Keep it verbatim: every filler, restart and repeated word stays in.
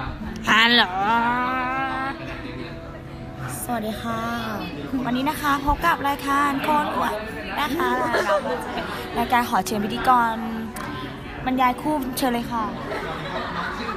ฮัลโหลสวัสดีค่ะวันนี้นะคะพบกับรายการโคนอวดนะคะรายการขอเชิญพิธีกรบรรยายคู่เชิญเลยค่ะ